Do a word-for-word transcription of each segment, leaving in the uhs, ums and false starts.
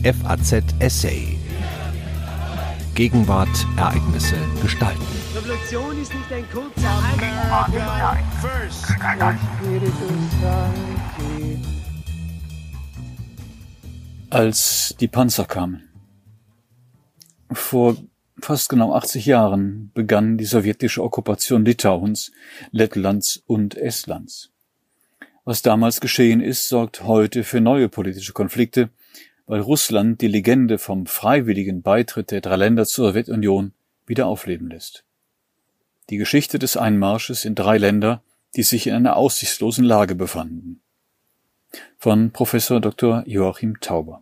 F A Z Essay. Gegenwart, Ereignisse, Gestalten. Revolution ist nicht ein kurzer Als die Panzer kamen. Vor fast genau achtzig Jahren begann die sowjetische Okkupation Litauens, Lettlands und Estlands. Was damals geschehen ist, sorgt heute für neue politische Konflikte, weil Russland die Legende vom freiwilligen Beitritt der drei Länder zur Sowjetunion wieder aufleben lässt. Die Geschichte des Einmarsches in drei Länder, die sich in einer aussichtslosen Lage befanden. Von Professor Doktor Joachim Tauber.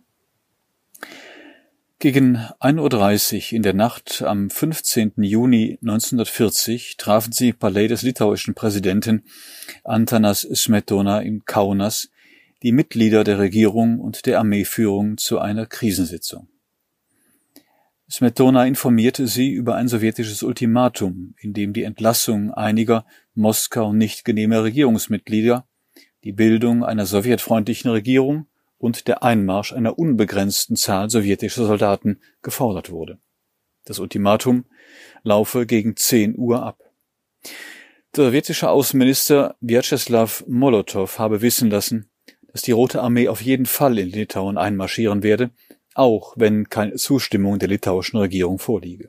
Gegen ein Uhr dreißig in der Nacht am fünfzehnten Juni neunzehnhundertvierzig trafen sie im Palais des litauischen Präsidenten Antanas Smetona in Kaunas die Mitglieder der Regierung und der Armeeführung zu einer Krisensitzung. Smetona informierte sie über ein sowjetisches Ultimatum, in dem die Entlassung einiger Moskau nicht genehmer Regierungsmitglieder, die Bildung einer sowjetfreundlichen Regierung und der Einmarsch einer unbegrenzten Zahl sowjetischer Soldaten gefordert wurde. Das Ultimatum laufe gegen zehn Uhr ab. Der sowjetische Außenminister Wjatscheslaw Molotow habe wissen lassen, dass die Rote Armee auf jeden Fall in Litauen einmarschieren werde, auch wenn keine Zustimmung der litauischen Regierung vorliege.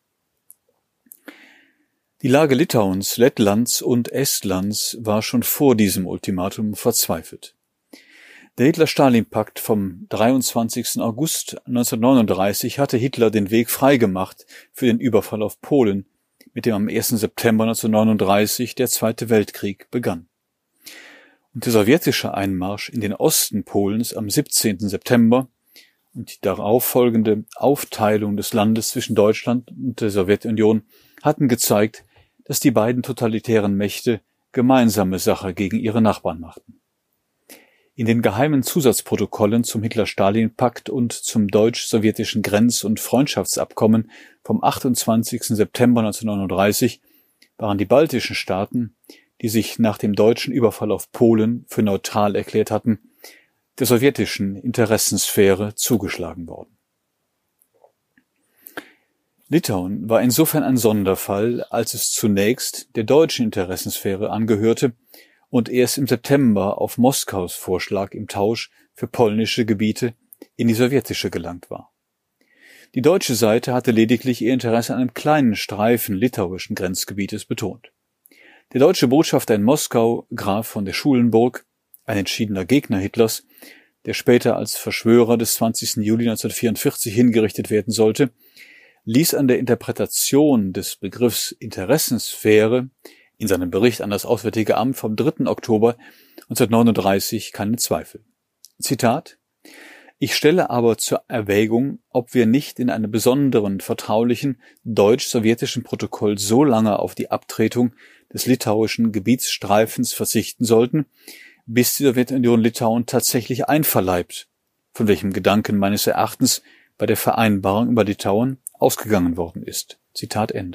Die Lage Litauens, Lettlands und Estlands war schon vor diesem Ultimatum verzweifelt. Der Hitler-Stalin-Pakt vom dreiundzwanzigsten August neunzehnhundertneununddreißig hatte Hitler den Weg freigemacht für den Überfall auf Polen, mit dem am ersten September neunzehnhundertneununddreißig der Zweite Weltkrieg begann. Und der sowjetische Einmarsch in den Osten Polens am siebzehnten September und die darauf folgende Aufteilung des Landes zwischen Deutschland und der Sowjetunion hatten gezeigt, dass die beiden totalitären Mächte gemeinsame Sache gegen ihre Nachbarn machten. In den geheimen Zusatzprotokollen zum Hitler-Stalin-Pakt und zum deutsch-sowjetischen Grenz- und Freundschaftsabkommen vom achtundzwanzigsten September neunzehnhundertneununddreißig waren die baltischen Staaten, die sich nach dem deutschen Überfall auf Polen für neutral erklärt hatten, der sowjetischen Interessensphäre zugeschlagen worden. Litauen war insofern ein Sonderfall, als es zunächst der deutschen Interessensphäre angehörte und erst im September auf Moskaus Vorschlag im Tausch für polnische Gebiete in die sowjetische gelangt war. Die deutsche Seite hatte lediglich ihr Interesse an einem kleinen Streifen litauischen Grenzgebietes betont. Der deutsche Botschafter in Moskau, Graf von der Schulenburg, ein entschiedener Gegner Hitlers, der später als Verschwörer des zwanzigsten Juli neunzehnhundertvierundvierzig hingerichtet werden sollte, ließ an der Interpretation des Begriffs Interessensphäre in seinem Bericht an das Auswärtige Amt vom dritten Oktober neunzehnhundertneununddreißig keinen Zweifel. Zitat: Ich stelle aber zur Erwägung, ob wir nicht in einem besonderen, vertraulichen deutsch-sowjetischen Protokoll so lange auf die Abtretung des litauischen Gebietsstreifens verzichten sollten, bis die Sowjetunion Litauen tatsächlich einverleibt, von welchem Gedanken meines Erachtens bei der Vereinbarung über Litauen ausgegangen worden ist. Zitat Ende.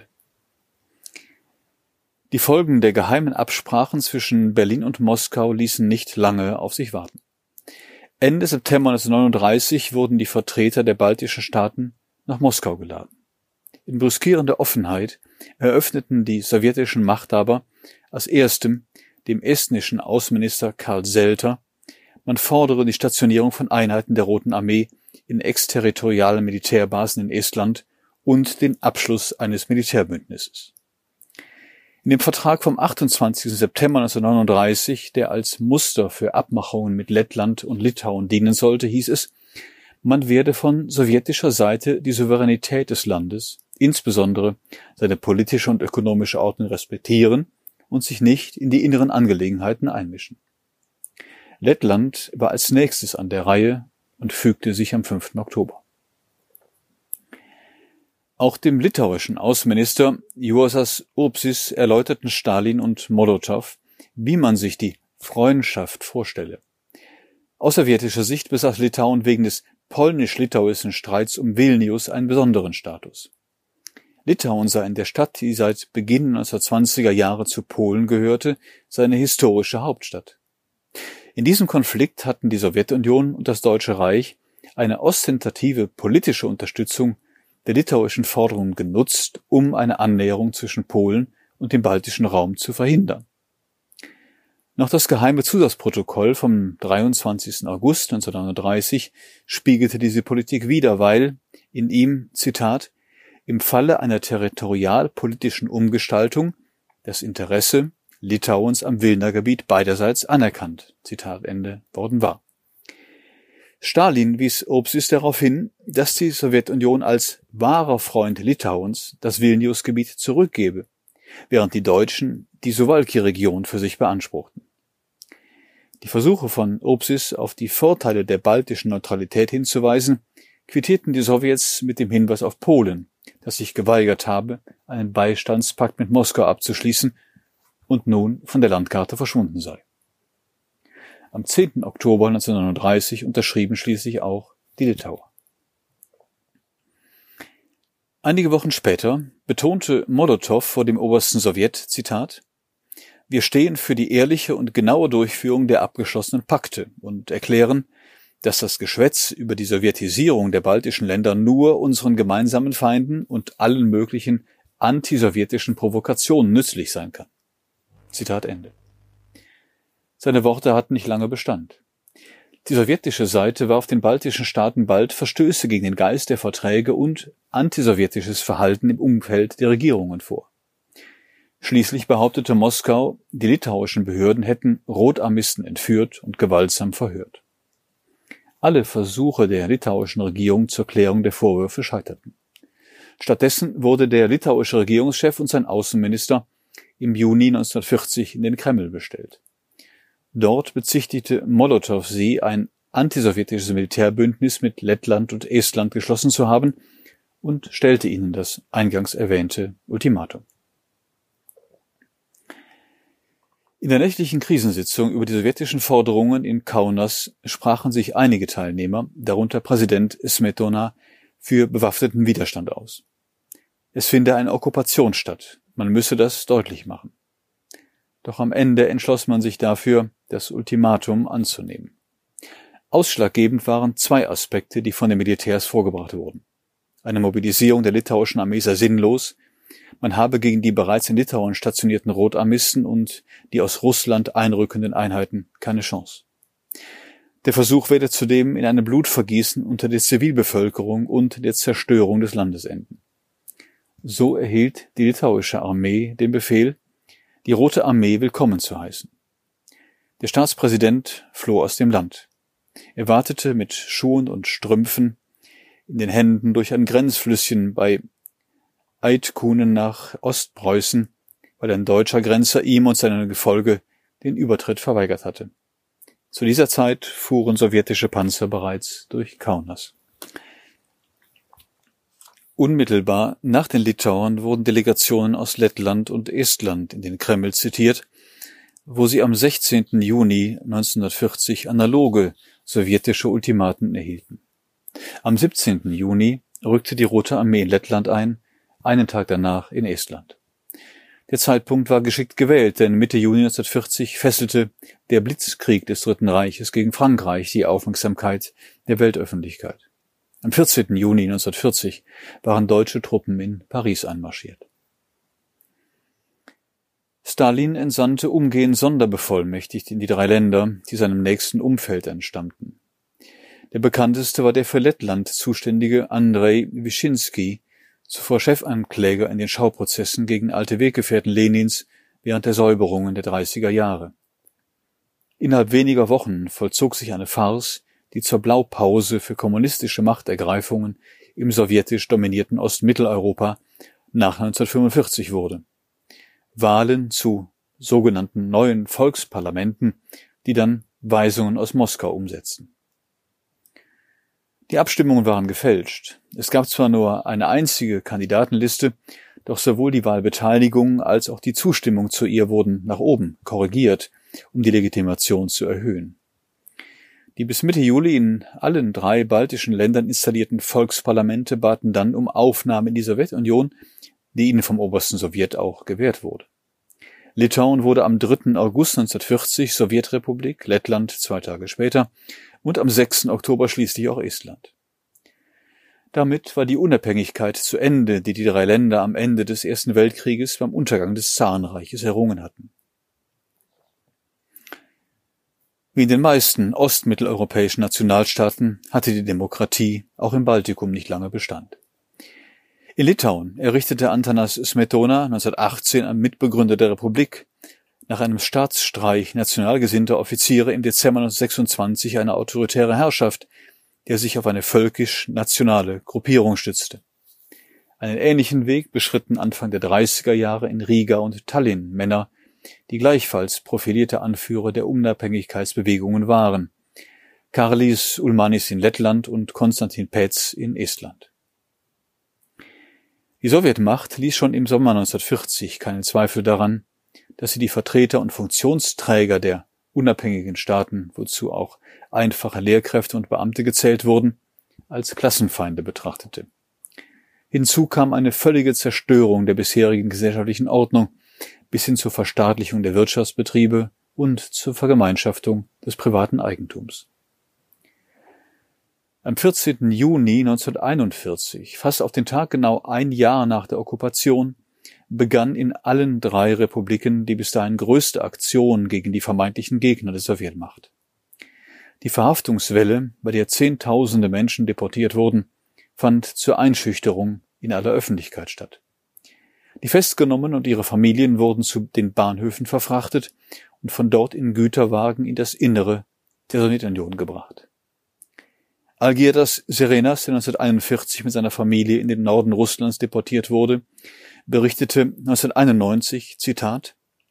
Die Folgen der geheimen Absprachen zwischen Berlin und Moskau ließen nicht lange auf sich warten. Ende September neunzehnhundertneununddreißig wurden die Vertreter der baltischen Staaten nach Moskau geladen. In brüskierender Offenheit eröffneten die sowjetischen Machthaber als erstem dem estnischen Außenminister Karl Selter, man fordere die Stationierung von Einheiten der Roten Armee in exterritorialen Militärbasen in Estland und den Abschluss eines Militärbündnisses. In dem Vertrag vom achtundzwanzigsten September neunzehnhundertneununddreißig, der als Muster für Abmachungen mit Lettland und Litauen dienen sollte, hieß es, man werde von sowjetischer Seite die Souveränität des Landes, insbesondere seine politische und ökonomische Ordnung respektieren und sich nicht in die inneren Angelegenheiten einmischen. Lettland war als nächstes an der Reihe und fügte sich am fünften Oktober. Auch dem litauischen Außenminister Juozas Urbšys erläuterten Stalin und Molotow, wie man sich die Freundschaft vorstelle. Aus sowjetischer Sicht besaß Litauen wegen des polnisch-litauischen Streits um Vilnius einen besonderen Status. Litauen sei in der Stadt, die seit Beginn neunzehnhundertzwanziger Jahre zu Polen gehörte, seine historische Hauptstadt. In diesem Konflikt hatten die Sowjetunion und das Deutsche Reich eine ostentative politische Unterstützung der litauischen Forderungen genutzt, um eine Annäherung zwischen Polen und dem baltischen Raum zu verhindern. Noch das geheime Zusatzprotokoll vom dreiundzwanzigsten August neunzehnhundertneununddreißig spiegelte diese Politik wider, weil in ihm, Zitat, im Falle einer territorialpolitischen Umgestaltung das Interesse Litauens am Wilner Gebiet beiderseits anerkannt, Zitat Ende, worden war. Stalin wies Obsis darauf hin, dass die Sowjetunion als wahrer Freund Litauens das Vilnius-Gebiet zurückgebe, während die Deutschen die Suwałki-Region für sich beanspruchten. Die Versuche von Obsis, auf die Vorteile der baltischen Neutralität hinzuweisen, quittierten die Sowjets mit dem Hinweis auf Polen, das sich geweigert habe, einen Beistandspakt mit Moskau abzuschließen und nun von der Landkarte verschwunden sei. Am zehnten Oktober neunzehnhundertneununddreißig unterschrieben schließlich auch die Litauer. Einige Wochen später betonte Molotow vor dem obersten Sowjet, Zitat, wir stehen für die ehrliche und genaue Durchführung der abgeschlossenen Pakte und erklären, dass das Geschwätz über die Sowjetisierung der baltischen Länder nur unseren gemeinsamen Feinden und allen möglichen antisowjetischen Provokationen nützlich sein kann. Zitat Ende. Seine Worte hatten nicht lange Bestand. Die sowjetische Seite warf den baltischen Staaten bald Verstöße gegen den Geist der Verträge und antisowjetisches Verhalten im Umfeld der Regierungen vor. Schließlich behauptete Moskau, die litauischen Behörden hätten Rotarmisten entführt und gewaltsam verhört. Alle Versuche der litauischen Regierung zur Klärung der Vorwürfe scheiterten. Stattdessen wurde der litauische Regierungschef und sein Außenminister im Juni neunzehnhundertvierzig in den Kreml bestellt. Dort bezichtigte Molotow sie, ein antisowjetisches Militärbündnis mit Lettland und Estland geschlossen zu haben und stellte ihnen das eingangs erwähnte Ultimatum. In der nächtlichen Krisensitzung über die sowjetischen Forderungen in Kaunas sprachen sich einige Teilnehmer, darunter Präsident Smetona, für bewaffneten Widerstand aus. Es finde eine Okkupation statt, man müsse das deutlich machen. Doch am Ende entschloss man sich dafür, das Ultimatum anzunehmen. Ausschlaggebend waren zwei Aspekte, die von den Militärs vorgebracht wurden. Eine Mobilisierung der litauischen Armee sei sinnlos, man habe gegen die bereits in Litauen stationierten Rotarmisten und die aus Russland einrückenden Einheiten keine Chance. Der Versuch werde zudem in einem Blutvergießen unter der Zivilbevölkerung und der Zerstörung des Landes enden. So erhielt die litauische Armee den Befehl, die Rote Armee willkommen zu heißen. Der Staatspräsident floh aus dem Land. Er wartete mit Schuhen und Strümpfen in den Händen durch ein Grenzflüsschen bei Eidkunen nach Ostpreußen, weil ein deutscher Grenzer ihm und seinem Gefolge den Übertritt verweigert hatte. Zu dieser Zeit fuhren sowjetische Panzer bereits durch Kaunas. Unmittelbar nach den Litauern wurden Delegationen aus Lettland und Estland in den Kreml zitiert, wo sie am sechzehnten Juni neunzehnhundertvierzig analoge sowjetische Ultimaten erhielten. Am siebzehnten Juni rückte die Rote Armee in Lettland ein, einen Tag danach in Estland. Der Zeitpunkt war geschickt gewählt, denn Mitte Juni neunzehnhundertvierzig fesselte der Blitzkrieg des Dritten Reiches gegen Frankreich die Aufmerksamkeit der Weltöffentlichkeit. Am vierzehnten Juni neunzehnhundertvierzig waren deutsche Truppen in Paris einmarschiert. Stalin entsandte umgehend Sonderbevollmächtigte in die drei Länder, die seinem nächsten Umfeld entstammten. Der bekannteste war der für Lettland zuständige Andrej Wyszynski, zuvor Chefankläger in den Schauprozessen gegen alte Weggefährten Lenins während der Säuberungen der dreißiger Jahre. Innerhalb weniger Wochen vollzog sich eine Farce, die zur Blaupause für kommunistische Machtergreifungen im sowjetisch dominierten Ostmitteleuropa nach neunzehnhundertfünfundvierzig wurde. Wahlen zu sogenannten neuen Volksparlamenten, die dann Weisungen aus Moskau umsetzten. Die Abstimmungen waren gefälscht. Es gab zwar nur eine einzige Kandidatenliste, doch sowohl die Wahlbeteiligung als auch die Zustimmung zu ihr wurden nach oben korrigiert, um die Legitimation zu erhöhen. Die bis Mitte Juli in allen drei baltischen Ländern installierten Volksparlamente baten dann um Aufnahme in die Sowjetunion, die ihnen vom obersten Sowjet auch gewährt wurde. Litauen wurde am dritten August neunzehnhundertvierzig Sowjetrepublik, Lettland zwei Tage später und am sechsten Oktober schließlich auch Estland. Damit war die Unabhängigkeit zu Ende, die die drei Länder am Ende des Ersten Weltkrieges beim Untergang des Zarenreiches errungen hatten. Wie in den meisten ostmitteleuropäischen Nationalstaaten hatte die Demokratie auch im Baltikum nicht lange Bestand. In Litauen errichtete Antanas Smetona neunzehnhundertachtzehn, ein Mitbegründer der Republik, nach einem Staatsstreich national gesinnter Offiziere im Dezember neunzehnhundertsechsundzwanzig eine autoritäre Herrschaft, der sich auf eine völkisch-nationale Gruppierung stützte. Einen ähnlichen Weg beschritten Anfang der dreißiger Jahre in Riga und Tallinn Männer, die gleichfalls profilierte Anführer der Unabhängigkeitsbewegungen waren: Karlis Ulmanis in Lettland und Konstantin Päts in Estland. Die Sowjetmacht ließ schon im Sommer neunzehnhundertvierzig keinen Zweifel daran, dass sie die Vertreter und Funktionsträger der unabhängigen Staaten, wozu auch einfache Lehrkräfte und Beamte gezählt wurden, als Klassenfeinde betrachtete. Hinzu kam eine völlige Zerstörung der bisherigen gesellschaftlichen Ordnung bis hin zur Verstaatlichung der Wirtschaftsbetriebe und zur Vergemeinschaftung des privaten Eigentums. Am vierzehnten Juni neunzehnhunderteinundvierzig, fast auf den Tag genau ein Jahr nach der Okkupation, begann in allen drei Republiken die bis dahin größte Aktion gegen die vermeintlichen Gegner der Sowjetmacht. Die Verhaftungswelle, bei der Zehntausende Menschen deportiert wurden, fand zur Einschüchterung in aller Öffentlichkeit statt. Die Festgenommenen und ihre Familien wurden zu den Bahnhöfen verfrachtet und von dort in Güterwagen in das Innere der Sowjetunion gebracht. Algirdas Serenas, der neunzehnhunderteinundvierzig mit seiner Familie in den Norden Russlands deportiert wurde, berichtete neunzehnhunderteinundneunzig, Zitat: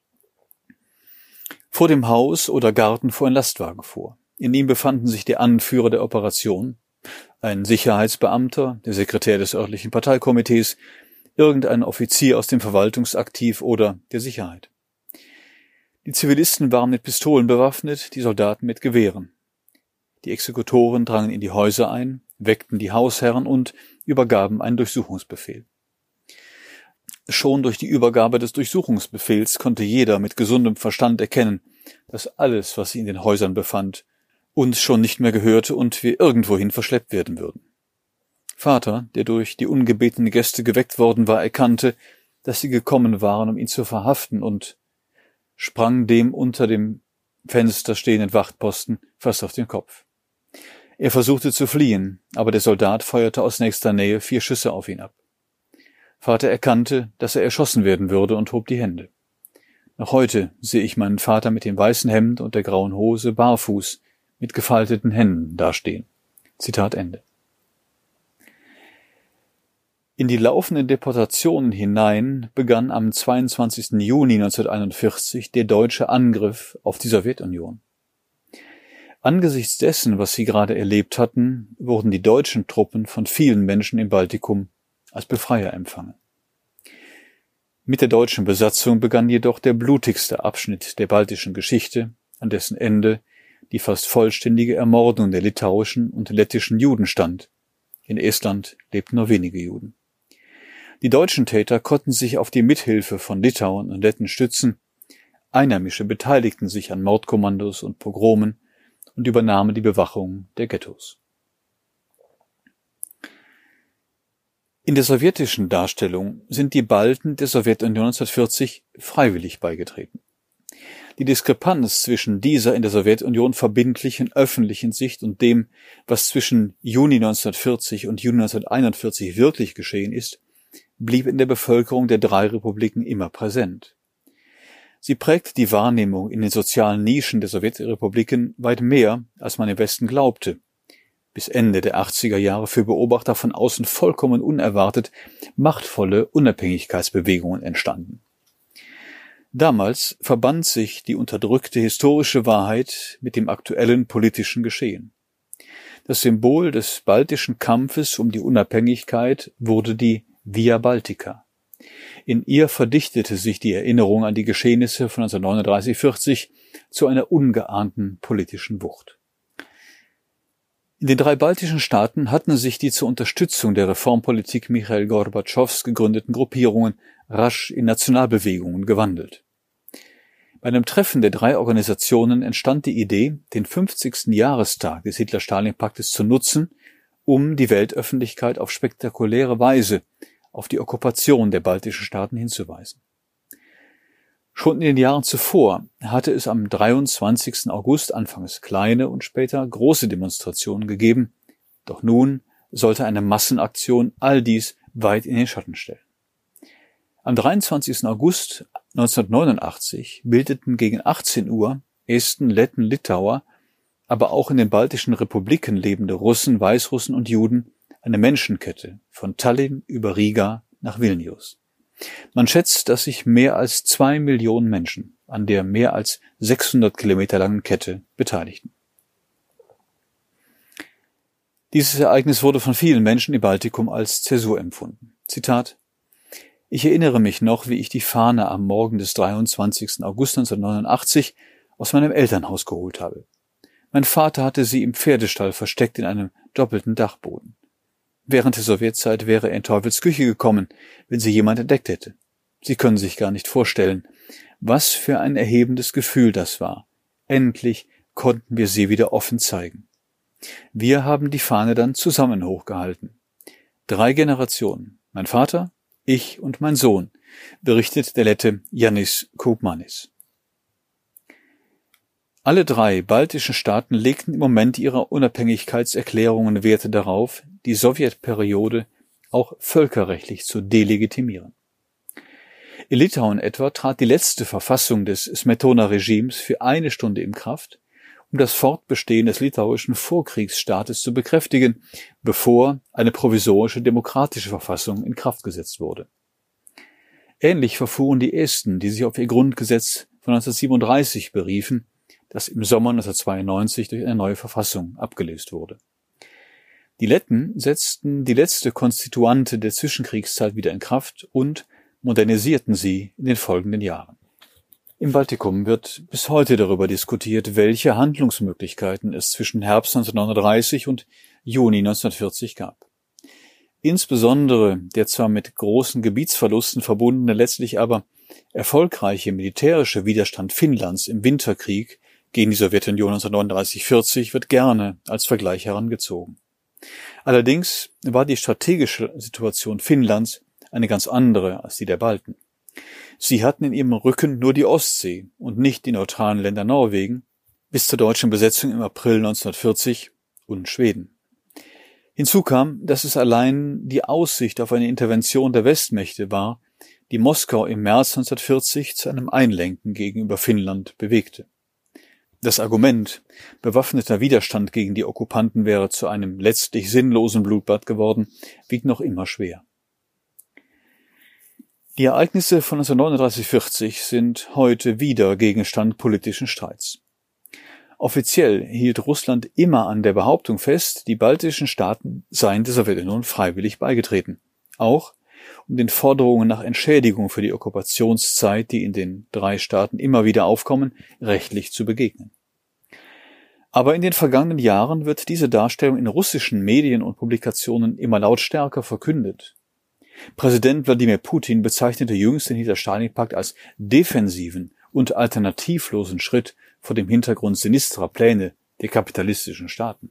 Vor dem Haus oder Garten fuhr ein Lastwagen vor. In ihm befanden sich der Anführer der Operation, ein Sicherheitsbeamter, der Sekretär des örtlichen Parteikomitees, irgendein Offizier aus dem Verwaltungsaktiv oder der Sicherheit. Die Zivilisten waren mit Pistolen bewaffnet, die Soldaten mit Gewehren. Die Exekutoren drangen in die Häuser ein, weckten die Hausherren und übergaben einen Durchsuchungsbefehl. Schon durch die Übergabe des Durchsuchungsbefehls konnte jeder mit gesundem Verstand erkennen, dass alles, was sich in den Häusern befand, uns schon nicht mehr gehörte und wir irgendwohin verschleppt werden würden. Vater, der durch die ungebetenen Gäste geweckt worden war, erkannte, dass sie gekommen waren, um ihn zu verhaften, und sprang dem unter dem Fenster stehenden Wachtposten fast auf den Kopf. Er versuchte zu fliehen, aber der Soldat feuerte aus nächster Nähe vier Schüsse auf ihn ab. Vater erkannte, dass er erschossen werden würde, und hob die Hände. Noch heute sehe ich meinen Vater mit dem weißen Hemd und der grauen Hose barfuß mit gefalteten Händen dastehen. Zitat Ende. In die laufenden Deportationen hinein begann am zweiundzwanzigsten Juni neunzehnhunderteinundvierzig der deutsche Angriff auf die Sowjetunion. Angesichts dessen, was sie gerade erlebt hatten, wurden die deutschen Truppen von vielen Menschen im Baltikum als Befreier empfangen. Mit der deutschen Besatzung begann jedoch der blutigste Abschnitt der baltischen Geschichte, an dessen Ende die fast vollständige Ermordung der litauischen und lettischen Juden stand. In Estland lebten nur wenige Juden. Die deutschen Täter konnten sich auf die Mithilfe von Litauen und Letten stützen. Einheimische beteiligten sich an Mordkommandos und Pogromen und übernahmen die Bewachung der Ghettos. In der sowjetischen Darstellung sind die Balten der Sowjetunion neunzehnhundertvierzig freiwillig beigetreten. Die Diskrepanz zwischen dieser in der Sowjetunion verbindlichen öffentlichen Sicht und dem, was zwischen Juni neunzehnhundertvierzig und Juni neunzehnhunderteinundvierzig wirklich geschehen ist, blieb in der Bevölkerung der drei Republiken immer präsent. Sie prägt die Wahrnehmung in den sozialen Nischen der Sowjetrepubliken weit mehr, als man im Westen glaubte. Bis Ende der achtziger Jahre für Beobachter von außen vollkommen unerwartet machtvolle Unabhängigkeitsbewegungen entstanden. Damals verband sich die unterdrückte historische Wahrheit mit dem aktuellen politischen Geschehen. Das Symbol des baltischen Kampfes um die Unabhängigkeit wurde die Via Baltica. In ihr verdichtete sich die Erinnerung an die Geschehnisse von neunzehnhundertneununddreißig vierzig zu einer ungeahnten politischen Wucht. In den drei baltischen Staaten hatten sich die zur Unterstützung der Reformpolitik Michail Gorbatschows gegründeten Gruppierungen rasch in Nationalbewegungen gewandelt. Bei einem Treffen der drei Organisationen entstand die Idee, den fünfzigsten Jahrestag des Hitler-Stalin-Paktes zu nutzen, um die Weltöffentlichkeit auf spektakuläre Weise auf die Okkupation der baltischen Staaten hinzuweisen. Schon in den Jahren zuvor hatte es am dreiundzwanzigsten August anfangs kleine und später große Demonstrationen gegeben, doch nun sollte eine Massenaktion all dies weit in den Schatten stellen. Am dreiundzwanzigsten August neunzehnhundertneunundachtzig bildeten gegen achtzehn Uhr Esten, Letten, Litauer, aber auch in den baltischen Republiken lebende Russen, Weißrussen und Juden eine Menschenkette von Tallinn über Riga nach Vilnius. Man schätzt, dass sich mehr als zwei Millionen Menschen an der mehr als sechshundert Kilometer langen Kette beteiligten. Dieses Ereignis wurde von vielen Menschen im Baltikum als Zäsur empfunden. Zitat: Ich erinnere mich noch, wie ich die Fahne am Morgen des dreiundzwanzigsten August neunzehnhundertneunundachtzig aus meinem Elternhaus geholt habe. Mein Vater hatte sie im Pferdestall versteckt in einem doppelten Dachboden. Während der Sowjetzeit wäre er in Teufels Küche gekommen, wenn sie jemand entdeckt hätte. Sie können sich gar nicht vorstellen, was für ein erhebendes Gefühl das war. Endlich konnten wir sie wieder offen zeigen. Wir haben die Fahne dann zusammen hochgehalten. Drei Generationen, mein Vater, ich und mein Sohn, berichtet der Lette Jānis Koopmanis. Alle drei baltischen Staaten legten im Moment ihrer Unabhängigkeitserklärungen Werte darauf, die Sowjetperiode auch völkerrechtlich zu delegitimieren. In Litauen etwa trat die letzte Verfassung des Smetona-Regimes für eine Stunde in Kraft, um das Fortbestehen des litauischen Vorkriegsstaates zu bekräftigen, bevor eine provisorische demokratische Verfassung in Kraft gesetzt wurde. Ähnlich verfuhren die Esten, die sich auf ihr Grundgesetz von neunzehnhundertsiebenunddreißig beriefen, das im Sommer neunzehnhundertzweiundneunzig durch eine neue Verfassung abgelöst wurde. Die Letten setzten die letzte Konstituante der Zwischenkriegszeit wieder in Kraft und modernisierten sie in den folgenden Jahren. Im Baltikum wird bis heute darüber diskutiert, welche Handlungsmöglichkeiten es zwischen Herbst neunzehnhundertdreißig und Juni neunzehnhundertvierzig gab. Insbesondere der zwar mit großen Gebietsverlusten verbundene, letztlich aber erfolgreiche militärische Widerstand Finnlands im Winterkrieg gegen die Sowjetunion neunzehnhundertneununddreißig vierzig wird gerne als Vergleich herangezogen. Allerdings war die strategische Situation Finnlands eine ganz andere als die der Balten. Sie hatten in ihrem Rücken nur die Ostsee und nicht die neutralen Länder Norwegen bis zur deutschen Besetzung im April neunzehnhundertvierzig und Schweden. Hinzu kam, dass es allein die Aussicht auf eine Intervention der Westmächte war, die Moskau im März neunzehnhundertvierzig zu einem Einlenken gegenüber Finnland bewegte. Das Argument, bewaffneter Widerstand gegen die Okkupanten wäre zu einem letztlich sinnlosen Blutbad geworden, wiegt noch immer schwer. Die Ereignisse von neunzehnhundertneununddreißig vierzig sind heute wieder Gegenstand politischen Streits. Offiziell hielt Russland immer an der Behauptung fest, die baltischen Staaten seien der Sowjetunion freiwillig beigetreten, auch um den Forderungen nach Entschädigung für die Okkupationszeit, die in den drei Staaten immer wieder aufkommen, rechtlich zu begegnen. Aber in den vergangenen Jahren wird diese Darstellung in russischen Medien und Publikationen immer lautstärker verkündet. Präsident Wladimir Putin bezeichnete jüngst den Hitler-Stalin-Pakt als defensiven und alternativlosen Schritt vor dem Hintergrund sinistrer Pläne der kapitalistischen Staaten.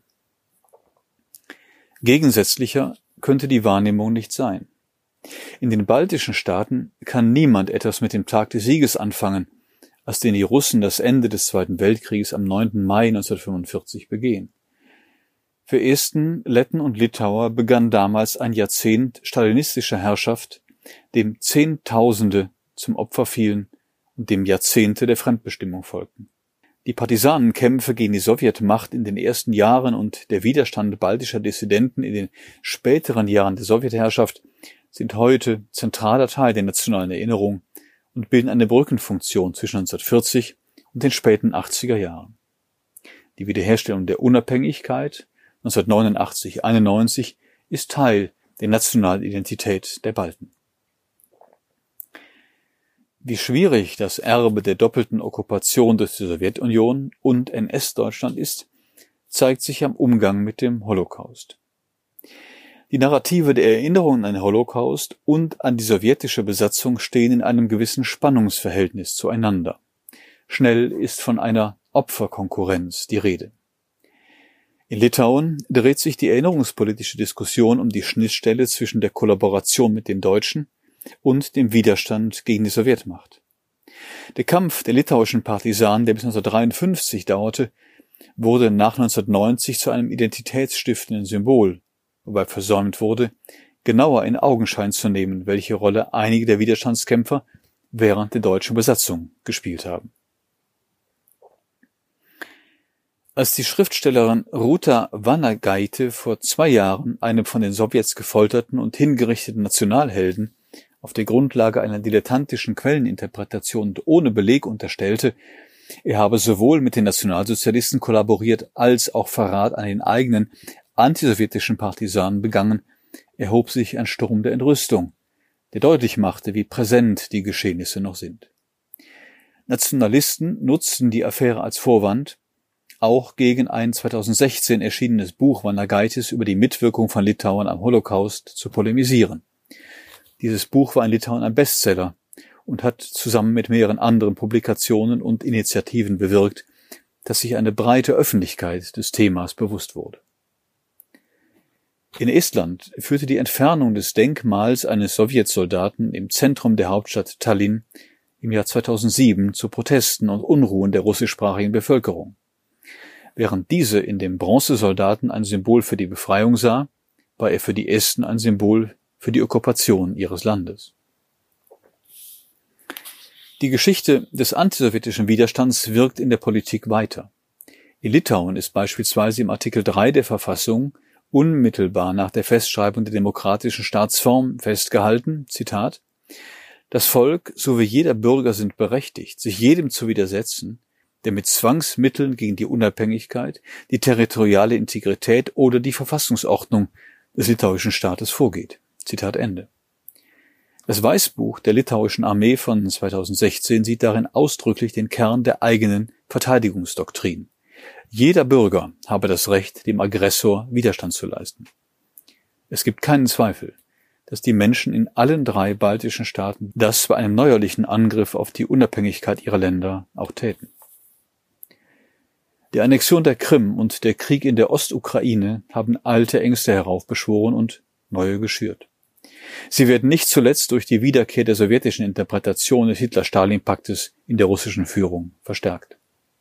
Gegensätzlicher könnte die Wahrnehmung nicht sein. In den baltischen Staaten kann niemand etwas mit dem Tag des Sieges anfangen, als den die Russen das Ende des Zweiten Weltkrieges am neunten Mai neunzehnhundertfünfundvierzig begehen. Für Esten, Letten und Litauer begann damals ein Jahrzehnt stalinistischer Herrschaft, dem Zehntausende zum Opfer fielen und dem Jahrzehnte der Fremdbestimmung folgten. Die Partisanenkämpfe gegen die Sowjetmacht in den ersten Jahren und der Widerstand baltischer Dissidenten in den späteren Jahren der Sowjetherrschaft sind heute zentraler Teil der nationalen Erinnerung und bilden eine Brückenfunktion zwischen neunzehnhundertvierzig und den späten achtziger Jahren. Die Wiederherstellung der Unabhängigkeit neunzehnhundertneunundachtzig einundneunzig ist Teil der nationalen Identität der Balten. Wie schwierig das Erbe der doppelten Okkupation durch die Sowjetunion und N S-Deutschland ist, zeigt sich am Umgang mit dem Holocaust. Die Narrative der Erinnerung an den Holocaust und an die sowjetische Besatzung stehen in einem gewissen Spannungsverhältnis zueinander. Schnell ist von einer Opferkonkurrenz die Rede. In Litauen dreht sich die erinnerungspolitische Diskussion um die Schnittstelle zwischen der Kollaboration mit den Deutschen und dem Widerstand gegen die Sowjetmacht. Der Kampf der litauischen Partisanen, der bis neunzehnhundertdreiundfünfzig dauerte, wurde nach neunzehnhundertneunzig zu einem identitätsstiftenden Symbol, wobei versäumt wurde, genauer in Augenschein zu nehmen, welche Rolle einige der Widerstandskämpfer während der deutschen Besatzung gespielt haben. Als die Schriftstellerin Ruta Vanagaite vor zwei Jahren einem von den Sowjets gefolterten und hingerichteten Nationalhelden auf der Grundlage einer dilettantischen Quelleninterpretation und ohne Beleg unterstellte, er habe sowohl mit den Nationalsozialisten kollaboriert als auch Verrat an den eigenen antisowjetischen Partisanen begangen, erhob sich ein Sturm der Entrüstung, der deutlich machte, wie präsent die Geschehnisse noch sind. Nationalisten nutzten die Affäre als Vorwand, auch gegen ein zweitausendsechzehn erschienenes Buch Vanagaitis über die Mitwirkung von Litauen am Holocaust zu polemisieren. Dieses Buch war in Litauen ein Bestseller und hat zusammen mit mehreren anderen Publikationen und Initiativen bewirkt, dass sich eine breite Öffentlichkeit des Themas bewusst wurde. In Estland führte die Entfernung des Denkmals eines Sowjetsoldaten im Zentrum der Hauptstadt Tallinn im Jahr zweitausendsieben zu Protesten und Unruhen der russischsprachigen Bevölkerung. Während diese in dem Bronzesoldaten ein Symbol für die Befreiung sah, war er für die Esten ein Symbol für die Okkupation ihres Landes. Die Geschichte des antisowjetischen Widerstands wirkt in der Politik weiter. In Litauen ist beispielsweise im Artikel drei der Verfassung unmittelbar nach der Festschreibung der demokratischen Staatsform festgehalten, Zitat, das Volk sowie jeder Bürger sind berechtigt, sich jedem zu widersetzen, der mit Zwangsmitteln gegen die Unabhängigkeit, die territoriale Integrität oder die Verfassungsordnung des litauischen Staates vorgeht. Zitat Ende. Das Weißbuch der litauischen Armee von zweitausendsechzehn sieht darin ausdrücklich den Kern der eigenen Verteidigungsdoktrin. Jeder Bürger habe das Recht, dem Aggressor Widerstand zu leisten. Es gibt keinen Zweifel, dass die Menschen in allen drei baltischen Staaten das bei einem neuerlichen Angriff auf die Unabhängigkeit ihrer Länder auch täten. Die Annexion der Krim und der Krieg in der Ostukraine haben alte Ängste heraufbeschworen und neue geschürt. Sie werden nicht zuletzt durch die Wiederkehr der sowjetischen Interpretation des Hitler-Stalin-Paktes in der russischen Führung verstärkt.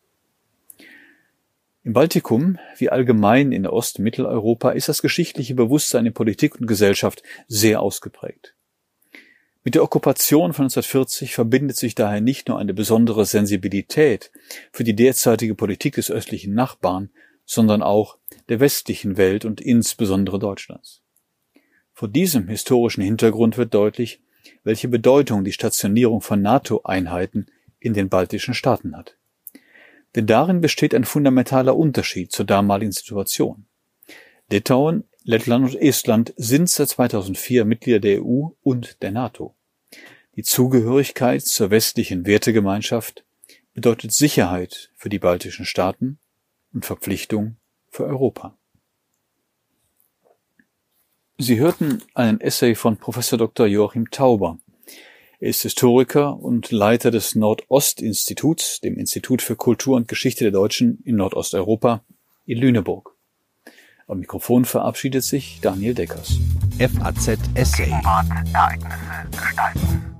Im Baltikum, wie allgemein in Ost- und Mitteleuropa, ist das geschichtliche Bewusstsein in Politik und Gesellschaft sehr ausgeprägt. Mit der Okkupation von neunzehnhundertvierzig verbindet sich daher nicht nur eine besondere Sensibilität für die derzeitige Politik des östlichen Nachbarn, sondern auch der westlichen Welt und insbesondere Deutschlands. Vor diesem historischen Hintergrund wird deutlich, welche Bedeutung die Stationierung von NATO-Einheiten in den baltischen Staaten hat. Denn darin besteht ein fundamentaler Unterschied zur damaligen Situation. Litauen, Lettland und Estland sind seit zweitausendvier Mitglieder der E U und der NATO. Die Zugehörigkeit zur westlichen Wertegemeinschaft bedeutet Sicherheit für die baltischen Staaten und Verpflichtung für Europa. Sie hörten einen Essay von Professor Doktor Joachim Tauber. Er ist Historiker und Leiter des Nordost-Instituts, dem Institut für Kultur und Geschichte der Deutschen in Nordosteuropa in Lüneburg. Am Mikrofon verabschiedet sich Daniel Deckers. F A Z Essay. Ereignisse gestalten.